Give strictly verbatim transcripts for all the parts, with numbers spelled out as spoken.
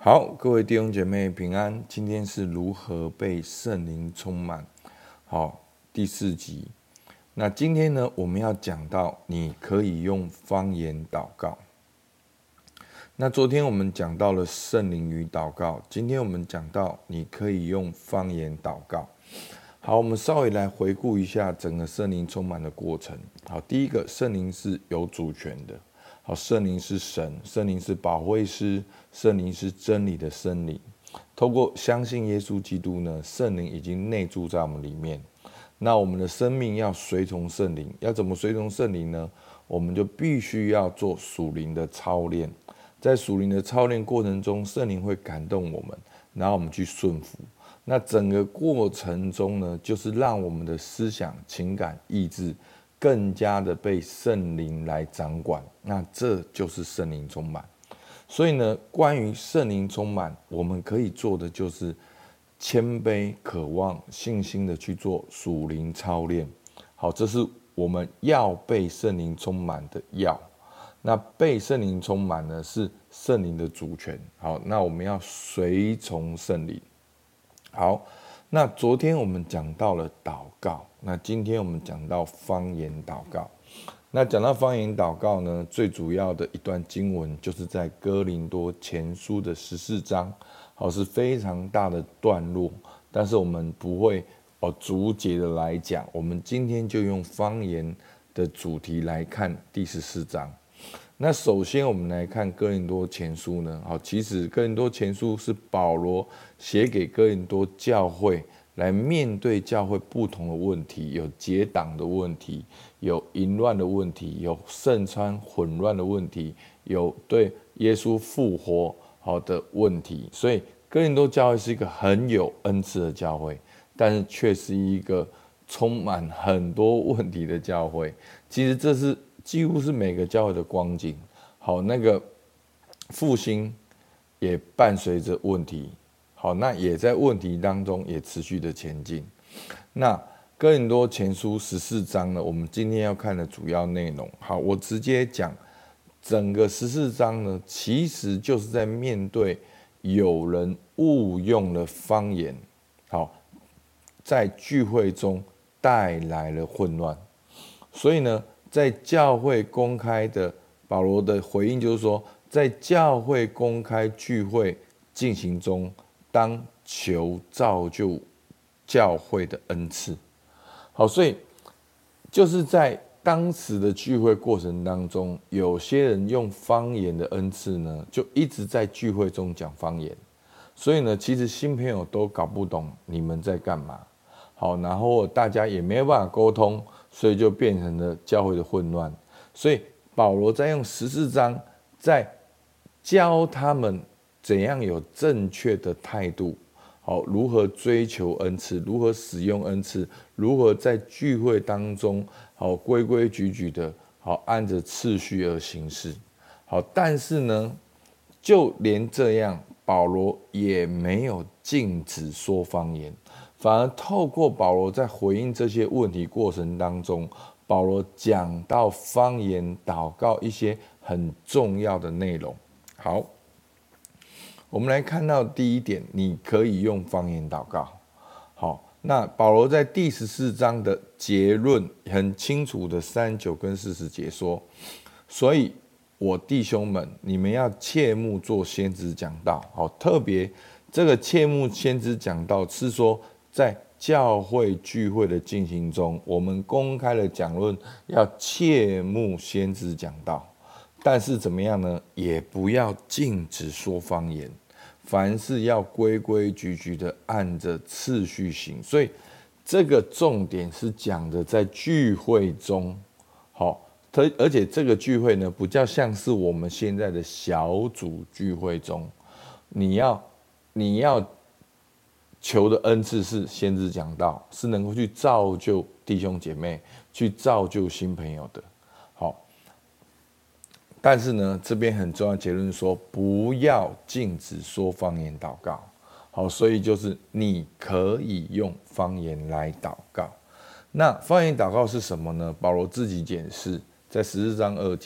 好，各位弟兄姐妹平安。今天是如何被圣灵充满？好，第四集。那今天呢，我们要讲到你可以用方言祷告。那昨天我们讲到了圣灵与祷告，今天我们讲到你可以用方言祷告。好，我们稍微来回顾一下整个圣灵充满的过程。好，第一个，圣灵是有主权的。好，圣灵是神，圣灵是保惠师，圣灵是真理的圣灵。透过相信耶稣基督呢，圣灵已经内住在我们里面。那我们的生命要随从圣灵，要怎么随从圣灵呢？我们就必须要做属灵的操练。在属灵的操练过程中，圣灵会感动我们，然后我们去顺服。那整个过程中呢，就是让我们的思想、情感、意志更加的被圣灵来掌管，那这就是圣灵充满。所以呢，关于圣灵充满，我们可以做的就是谦卑、渴望、信心的去做属灵操练。好，这是我们要被圣灵充满的要。那被圣灵充满呢，是圣灵的主权。好，那我们要随从圣灵。好，那昨天我们讲到了祷告，那今天我们讲到方言祷告。那讲到方言祷告呢，最主要的一段经文就是在哥林多前书的十四章，好，是非常大的段落，但是我们不会哦逐节的来讲，我们今天就用方言的主题来看第十四章。那首先我们来看哥林多前书呢，好，其实哥林多前书是保罗写给哥林多教会，来面对教会不同的问题，有结党的问题，有淫乱的问题，有圣餐混乱的问题，有对耶稣复活好的问题。所以哥林多教会是一个很有恩赐的教会，但是却是一个充满很多问题的教会。其实这是几乎是每个教会的光景。好，那个复兴也伴随着问题，好，那也在问题当中也持续的前进。那哥林多前书十四章呢，我们今天要看的主要内容。好，我直接讲整个十四章呢，其实就是在面对有人误用了方言，好，在聚会中带来了混乱。所以呢，在教会公开的保罗的回应就是说，在教会公开聚会进行中，当求造就教会的恩赐。好，所以就是在当时的聚会过程当中，有些人用方言的恩赐呢，就一直在聚会中讲方言。所以呢，其实新朋友都搞不懂你们在干嘛。好，然后大家也没有办法沟通，所以就变成了教会的混乱。所以保罗在用十四章，在教他们怎样有正确的态度，好，如何追求恩赐，如何使用恩赐，如何在聚会当中好规规矩矩的，好按着次序而行事。好，但是呢，就连这样，保罗也没有禁止说方言。反而透过保罗在回应这些问题过程当中，保罗讲到方言祷告一些很重要的内容。好，我们来看到第一点，你可以用方言祷告。好，那保罗在第十四章的结论很清楚的三十九跟四十节说，所以我弟兄们，你们要切慕做先知讲道。好，特别这个切慕先知讲道是说，在教会聚会的进行中，我们公开的讲论要切慕先知讲道，但是怎么样呢？也不要禁止说方言，凡事要规规矩矩的按着次序行。所以这个重点是讲的在聚会中，好，而且这个聚会呢，不叫像是我们现在的小组聚会中，你要你要。求的恩赐是先知讲道，是能够去造就弟兄姐妹，去造就新朋友的。好，但是呢，这边很重要的结论说，不要禁止说方言祷告。好，所以就是你可以用方言来祷告。那方言祷告是什么呢？保罗自己解释，在十四章二节，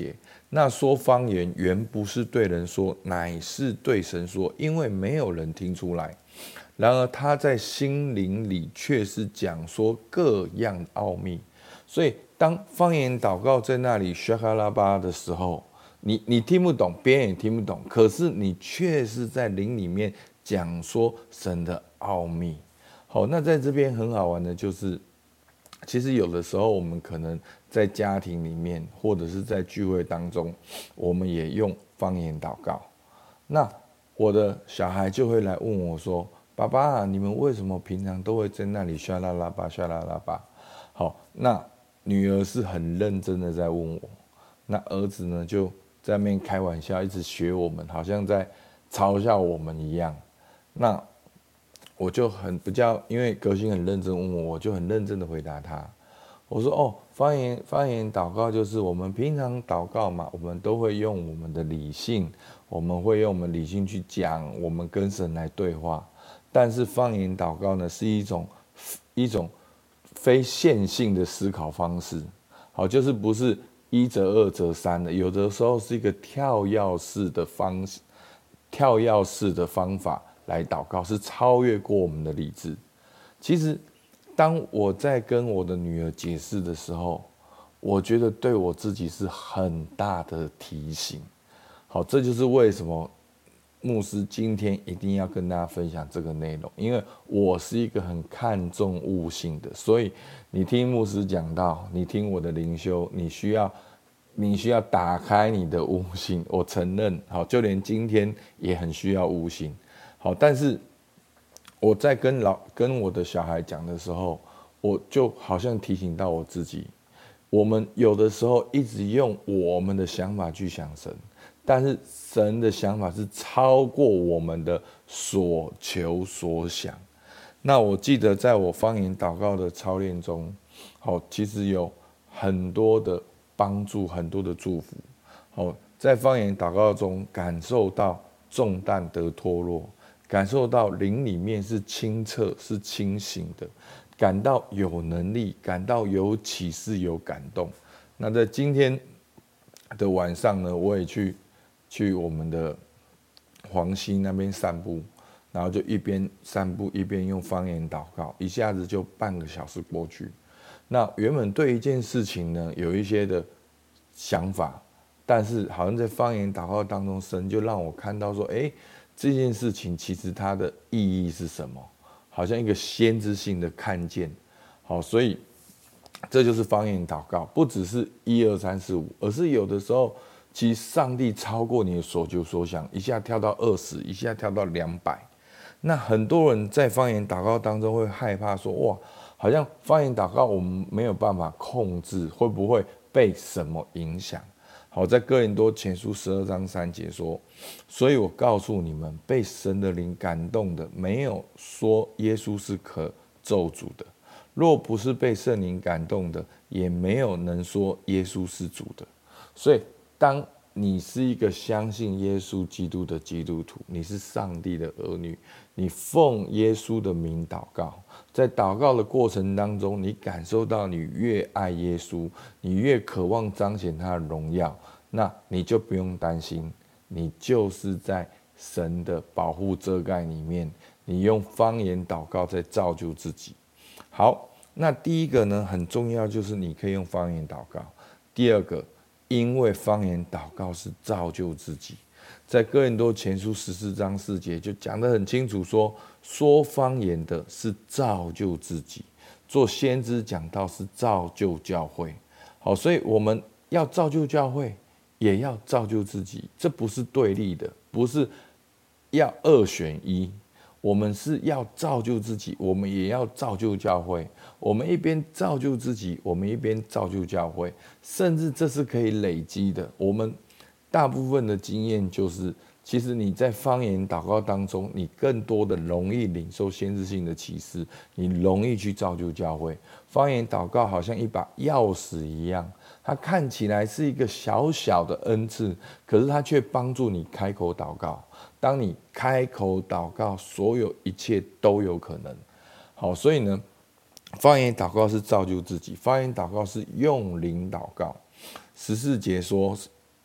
那说方言原不是对人说，乃是对神说，因为没有人听出来。然而他在心灵里却是讲说各样奥秘。所以当方言祷告在那里沙哈拉巴的时候，你你听不懂，别人也听不懂，可是你却是在灵里面讲说神的奥秘。好，那在这边很好玩的就是，其实有的时候我们可能在家庭里面，或者是在聚会当中，我们也用方言祷告。那我的小孩就会来问我说：“爸爸啊，你们为什么平常都会在那里沙啦啦吧沙啦啦吧？”好，那女儿是很认真的在问我，那儿子呢就在那边开玩笑，一直学我们，好像在嘲笑我们一样。那我就很比较，因为革新很认真问我，我就很认真的回答他。我说：“哦，方言方言祷告就是我们平常祷告嘛，我们都会用我们的理性，我们会用我们理性去讲，我们跟神来对话。但是方言祷告呢，是一种一种非线性的思考方式，好，就是不是一则二则三的，有的时候是一个跳跃式的方式，跳跃式的方法来祷告，是超越过我们的理智。其实。”当我在跟我的女儿解释的时候，我觉得对我自己是很大的提醒。好，这就是为什么牧师今天一定要跟大家分享这个内容，因为我是一个很看重悟性的，所以你听牧师讲道，你听我的灵修，你需要你需要打开你的悟性。我承认，好，就连今天也很需要悟性。好，但是。我在跟老跟我的小孩讲的时候，我就好像提醒到我自己，我们有的时候一直用我们的想法去想神，但是神的想法是超过我们的所求所想。那我记得在我方言祷告的操练中，好，其实有很多的帮助，很多的祝福。好，在方言祷告中感受到重担得脱落。感受到灵里面是清澈、是清醒的，感到有能力，感到有启示、有感动。那在今天的晚上呢，我也去去我们的黄溪那边散步，然后就一边散步一边用方言祷告，一下子就半个小时过去。那原本对一件事情呢有一些的想法，但是好像在方言祷告当中，神就让我看到说，哎。这件事情其实它的意义是什么？好像一个先知性的看见，好，所以这就是方言祷告，不只是一二三四五，而是有的时候，其实上帝超过你的所求所想，一下跳到二十，一下跳到两百。那很多人在方言祷告当中会害怕说，哇，好像方言祷告我们没有办法控制，会不会被什么影响？好，在哥林多前书十二章三节说，所以我告诉你们，被神的灵感动的，没有说耶稣是可咒诅的；若不是被圣灵感动的，也没有能说耶稣是主的。所以，当你是一个相信耶稣基督的基督徒，你是上帝的儿女，你奉耶稣的名祷告，在祷告的过程当中，你感受到你越爱耶稣，你越渴望彰显他的荣耀，那你就不用担心，你就是在神的保护遮盖里面，你用方言祷告在造就自己。好，那第一个呢，很重要，就是你可以用方言祷告。第二个，因为方言祷告是造就自己，在哥林多前书十四章四节就讲得很清楚说，说方言的是造就自己，做先知讲道是造就教会。好，所以我们要造就教会，也要造就自己，这不是对立的，不是要二选一。我们是要造就自己，我们也要造就教会。我们一边造就自己，我们一边造就教会，甚至这是可以累积的。我们大部分的经验就是，其实你在方言祷告当中，你更多的容易领受先知性的启示，你容易去造就教会。方言祷告好像一把钥匙一样，它看起来是一个小小的恩赐，可是它却帮助你开口祷告。当你开口祷告，所有一切都有可能。好，所以呢，方言祷告是造就自己，方言祷告是用灵祷告。十四节说，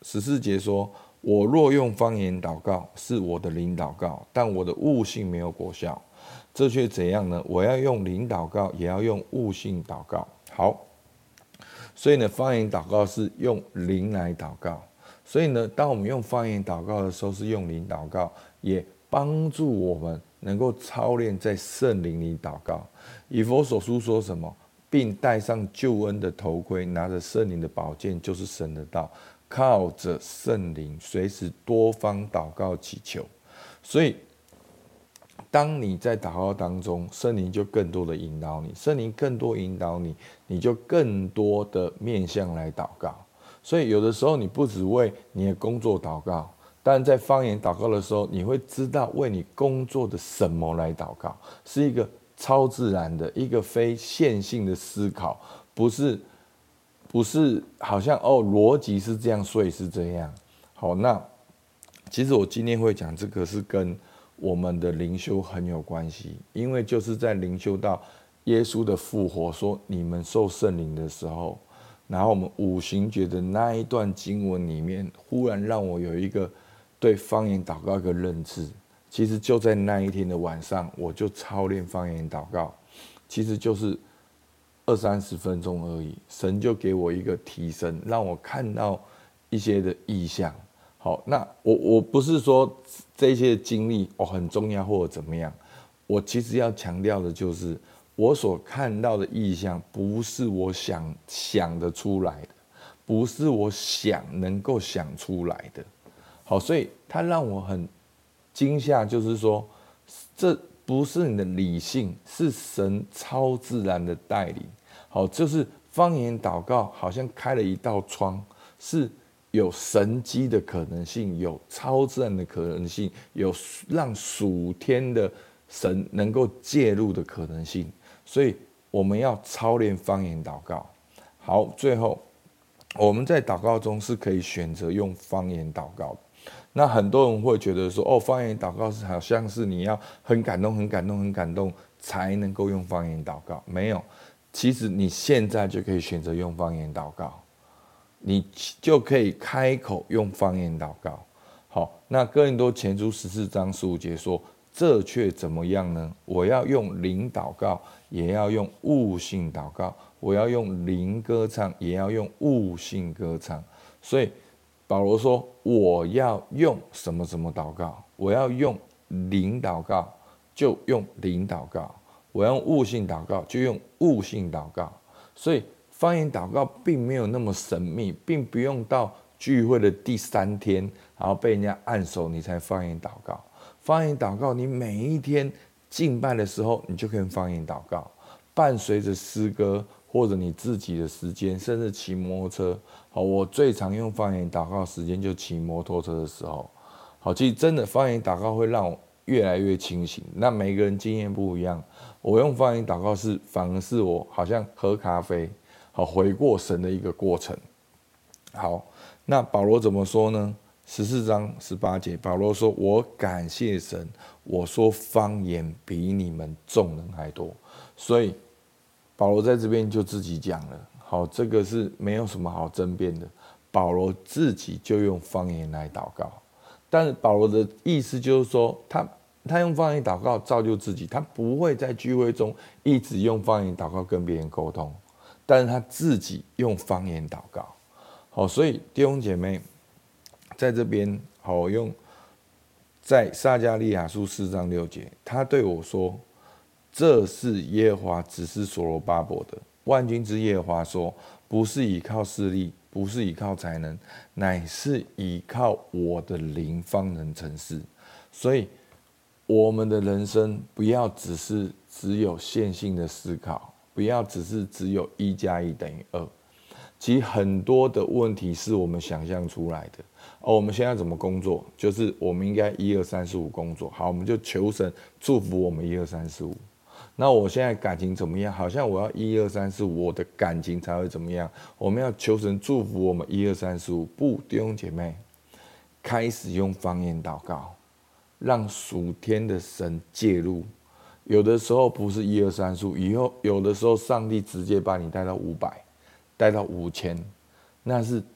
十四节说：“我若用方言祷告，是我的灵祷告，但我的悟性没有果效。这却怎样呢？我要用灵祷告，也要用悟性祷告。”好，所以呢，方言祷告是用灵来祷告。所以呢，当我们用方言祷告的时候，是用灵祷告，也帮助我们能够操练在圣灵里祷告。以弗所书说什么？并戴上救恩的头盔，拿着圣灵的宝剑，就是神的道，靠着圣灵，随时多方祷告祈求。所以，当你在祷告当中，圣灵就更多的引导你，圣灵更多引导你，你就更多的面向来祷告。所以，有的时候你不只为你的工作祷告，但在方言祷告的时候，你会知道为你工作的什么来祷告，是一个超自然的一个非线性的思考，不是不是好像哦逻辑是这样，所以是这样。好，那其实我今天会讲这个是跟我们的灵修很有关系，因为就是在灵修到耶稣的复活，说你们受圣灵的时候，然后我们五行诀的那一段经文里面，忽然让我有一个对方言祷告一个认知。其实就在那一天的晚上，我就操练方言祷告，其实就是二三十分钟而已，神就给我一个提升，让我看到一些的意象。好，那我我不是说这些经历哦很重要或者怎么样，我其实要强调的就是，我所看到的意象不是我想想得出来的，不是我想能够想出来的。好，所以它让我很惊吓，就是说，这不是你的理性，是神超自然的带领。好，就是方言祷告好像开了一道窗，是有神迹的可能性，有超自然的可能性，有让属天的神能够介入的可能性。所以我们要操练方言祷告。好，最后我们在祷告中是可以选择用方言祷告的。那很多人会觉得说，哦，方言祷告是好像是你要很感动、很感动、很感动才能够用方言祷告。没有，其实你现在就可以选择用方言祷告，你就可以开口用方言祷告。好，那哥林多前书十四章十五节说，这却怎么样呢？我要用灵祷告，也要用悟性祷告；我要用灵歌唱，也要用悟性歌唱。所以保罗说：“我要用什么什么祷告？我要用灵祷告，就用灵祷告；我要用悟性祷告，就用悟性祷告。”所以方言祷告并没有那么神秘，并不用到聚会的第三天，然后被人家按手你才方言祷告。方言祷告，你每一天敬拜的时候，你就可以用方言祷告，伴随着诗歌。或者你自己的时间，甚至骑摩托车。好，我最常用方言祷告时间就骑摩托车的时候。好，其实真的方言祷告会让我越来越清醒。那每个人经验不一样，我用方言祷告是反而是我好像喝咖啡，好回过神的一个过程。好，那保罗怎么说呢？十四章十八节，保罗说：“我感谢神，我说方言比你们众人还多。”所以保罗在这边就自己讲了，好，这个是没有什么好争辩的。保罗自己就用方言来祷告，但是保罗的意思就是说，他他用方言祷告造就自己，他不会在聚会中一直用方言祷告跟别人沟通，但是他自己用方言祷告。好，所以弟兄姐妹在这边，好，我用在撒迦利亚书四章六节，他对我说。这是耶和华指示所罗巴伯的。万军之耶和华说：“不是依靠势力，不是依靠才能，乃是依靠我的灵方能成事。”所以，我们的人生不要只是只有线性的思考，不要只是只有一加一等于二。其实很多的问题是我们想象出来的。哦，我们现在怎么工作？就是我们应该一二三四五工作。好，我们就求神祝福我们一二三四五。那我现在感情怎么样？好像我要一二三四五，我的感情才会怎么样？我们要求神祝福我们一二三四五。不，弟兄姐妹，开始用方言祷告，让属天的神介入。有的时候不是一二三四五，以后有的时候上帝直接把你带到五百，带到五千，那是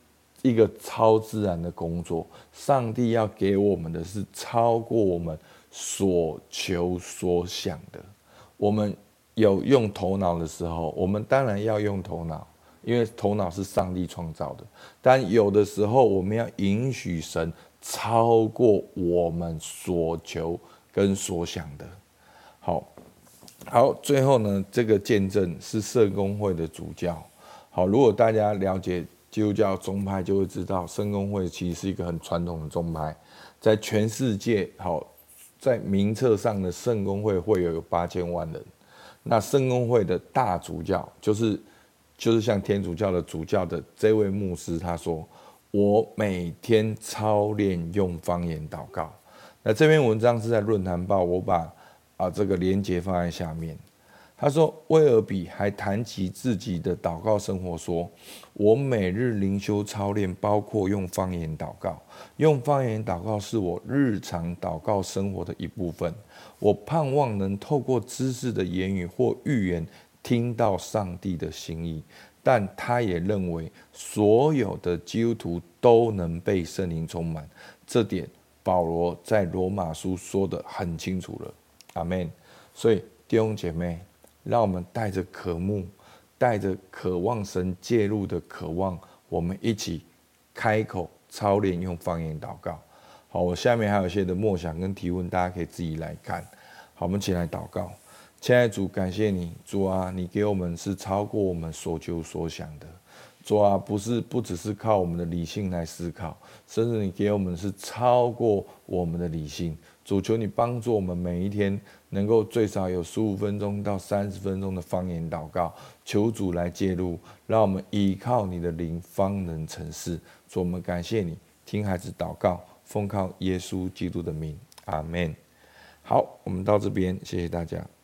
一个超自然的工作。上帝要给我们的是超过我们所求所想的。我们有用头脑的时候，我们当然要用头脑，因为头脑是上帝创造的。但有的时候，我们要允许神超过我们所求跟所想的。好，好，最后呢，这个见证是圣公会的主教。好，如果大家了解基督教宗派，就会知道圣公会其实是一个很传统的宗派，在全世界，好，在名册上的圣公会会有有八千万人。那圣公会的大主教，就是就是像天主教的主教的这位牧师，他说：“我每天操练用方言祷告。”那这篇文章是在论坛报，我把啊这个连结放在下面。他说，威尔比还谈及自己的祷告生活，说：“我每日灵修操练包括用方言祷告，用方言祷告是我日常祷告生活的一部分。我盼望能透过知识的言语或预言听到上帝的心意。”但他也认为，所有的基督徒都能被圣灵充满，这点保罗在罗马书说得很清楚了。阿们。所以弟兄姐妹，让我们带着渴慕，带着渴望神介入的渴望，我们一起开口操练用方言祷告。好，我下面还有一些的默想跟提问，大家可以自己来看。好，我们一起来祷告。亲爱的主，感谢你，主啊，你给我们是超过我们所求所想的。主啊，不是不只是靠我们的理性来思考，甚至你给我们是超过我们的理性。主，求你帮助我们每一天能够最少有十五分钟到三十分钟的方言祷告，求主来介入，让我们依靠你的灵方能成事。主，我们感谢你，听孩子祷告，奉靠耶稣基督的名，阿们。好，我们到这边，谢谢大家。